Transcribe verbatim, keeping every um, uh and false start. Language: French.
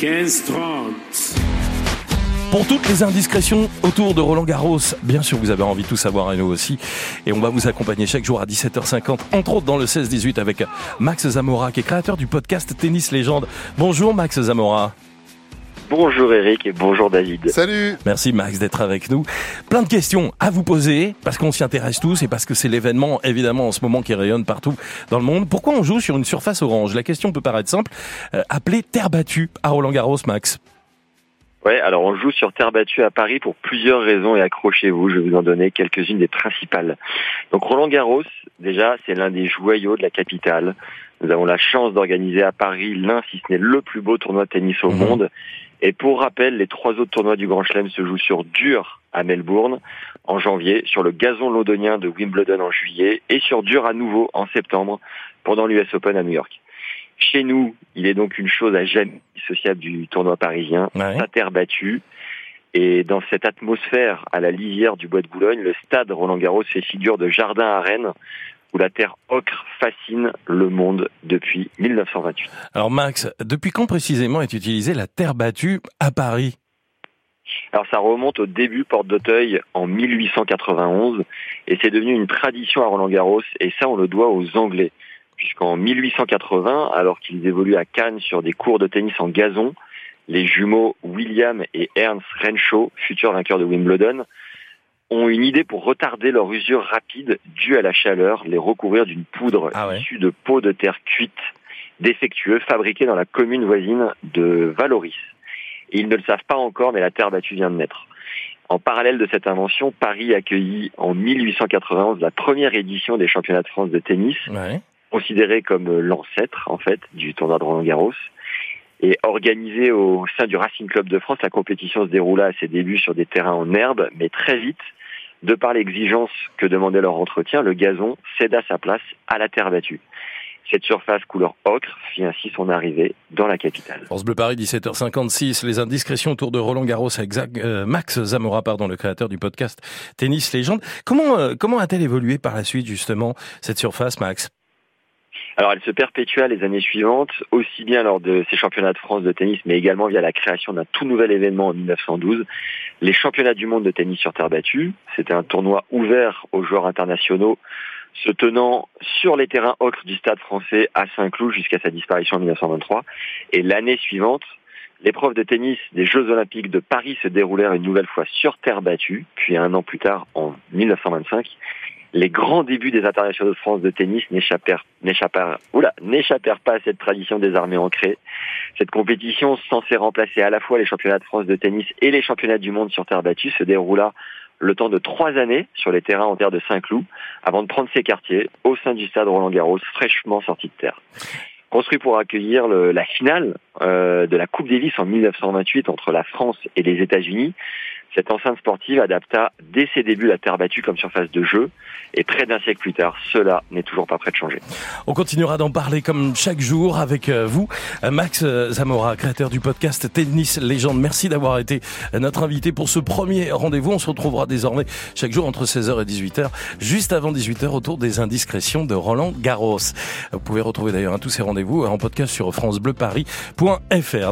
quinze trente. Pour toutes les indiscrétions autour de Roland Garros, bien sûr vous avez envie de tout savoir et nous aussi. Et on va vous accompagner chaque jour à dix-sept heures cinquante, entre autres dans le seize dix-huit avec Max Zamora, qui est créateur du podcast Tennis Légende. Bonjour Max Zamora. Bonjour Eric et bonjour David. Salut. Merci Max d'être avec nous. Plein de questions à vous poser, parce qu'on s'y intéresse tous et parce que c'est l'événement évidemment en ce moment qui rayonne partout dans le monde. Pourquoi on joue sur une surface orange ? La question peut paraître simple. Euh, appelée terre battue à Roland Garros, Max. Ouais, alors on joue sur terre battue à Paris pour plusieurs raisons et accrochez-vous, je vais vous en donner quelques-unes des principales. Donc Roland Garros, déjà, c'est l'un des joyaux de la capitale. Nous avons la chance d'organiser à Paris l'un, si ce n'est le plus beau tournoi de tennis au mmh. monde. Et pour rappel, les trois autres tournois du Grand Chelem se jouent sur dur à Melbourne en janvier, sur le gazon londonien de Wimbledon en juillet et sur dur à nouveau en septembre pendant l'U S Open à New York. Chez nous, il est donc une chose à jamais dissociable du tournoi parisien, ouais. Sa terre battue. Et dans cette atmosphère à la lisière du Bois de Boulogne, le stade Roland-Garros fait figure de jardin à Rennes, où la terre ocre fascine le monde depuis dix-neuf cent vingt-huit. Alors Max, depuis quand précisément est utilisée la terre battue à Paris ? Alors ça remonte au début porte d'Auteuil en mille huit cent quatre-vingt-onze et c'est devenu une tradition à Roland-Garros et ça on le doit aux Anglais. Puisqu'en mille huit cent quatre-vingts, alors qu'ils évoluent à Cannes sur des cours de tennis en gazon, les jumeaux William et Ernst Renshaw, futurs vainqueurs de Wimbledon, ont une idée pour retarder leur usure rapide due à la chaleur, les recouvrir d'une poudre ah ouais. issue de peaux de terre cuite, défectueux, fabriquée dans la commune voisine de Valoris. Et ils ne le savent pas encore, mais la terre battue vient de naître. En parallèle de cette invention, Paris accueillit en mille huit cent quatre-vingt-onze la première édition des championnats de France de tennis, ouais. considéré comme l'ancêtre en fait du tournoi de Roland-Garros. Et organisé au sein du Racing Club de France, la compétition se déroula à ses débuts sur des terrains en herbe, mais très vite, de par l'exigence que demandait leur entretien, le gazon céda sa place à la terre battue. Cette surface couleur ocre fit ainsi son arrivée dans la capitale. France Bleu Paris, dix-sept heures cinquante-six, les indiscrétions autour de Roland Garros avec Zach, euh, Max Zamora, pardon, le créateur du podcast Tennis Légende. Comment, euh, comment a-t-elle évolué par la suite, justement, cette surface, Max ? Alors elle se perpétua les années suivantes, aussi bien lors de ces championnats de France de tennis, mais également via la création d'un tout nouvel événement en dix-neuf cent douze, les championnats du monde de tennis sur terre battue. C'était un tournoi ouvert aux joueurs internationaux, se tenant sur les terrains ocres du stade français à Saint-Cloud jusqu'à sa disparition en dix-neuf cent vingt-trois. Et l'année suivante, l'épreuve de tennis des Jeux Olympiques de Paris se déroulèrent une nouvelle fois sur terre battue, puis un an plus tard, en dix-neuf cent vingt-cinq, les grands débuts des internationaux de France de tennis n'échappèrent, n'échappèrent, oula, n'échappèrent pas à cette tradition désormais ancrée. Cette compétition, censée remplacer à la fois les championnats de France de tennis et les championnats du monde sur terre battue, se déroula le temps de trois années sur les terrains en terre de Saint-Cloud, avant de prendre ses quartiers au sein du stade Roland-Garros, fraîchement sorti de terre. Construit pour accueillir le, la finale euh, de la Coupe Davis en dix-neuf cent vingt-huit entre la France et les États-Unis, cette enceinte sportive adapta dès ses débuts la terre battue comme surface de jeu. Et près d'un siècle plus tard, cela n'est toujours pas prêt de changer. On continuera d'en parler comme chaque jour avec vous, Max Zamora, créateur du podcast Tennis Légende. Merci d'avoir été notre invité pour ce premier rendez-vous. On se retrouvera désormais chaque jour entre seize heures et dix-huit heures, juste avant dix-huit heures, autour des indiscrétions de Roland Garros. Vous pouvez retrouver d'ailleurs tous ces rendez-vous en podcast sur francebleuparis point f r.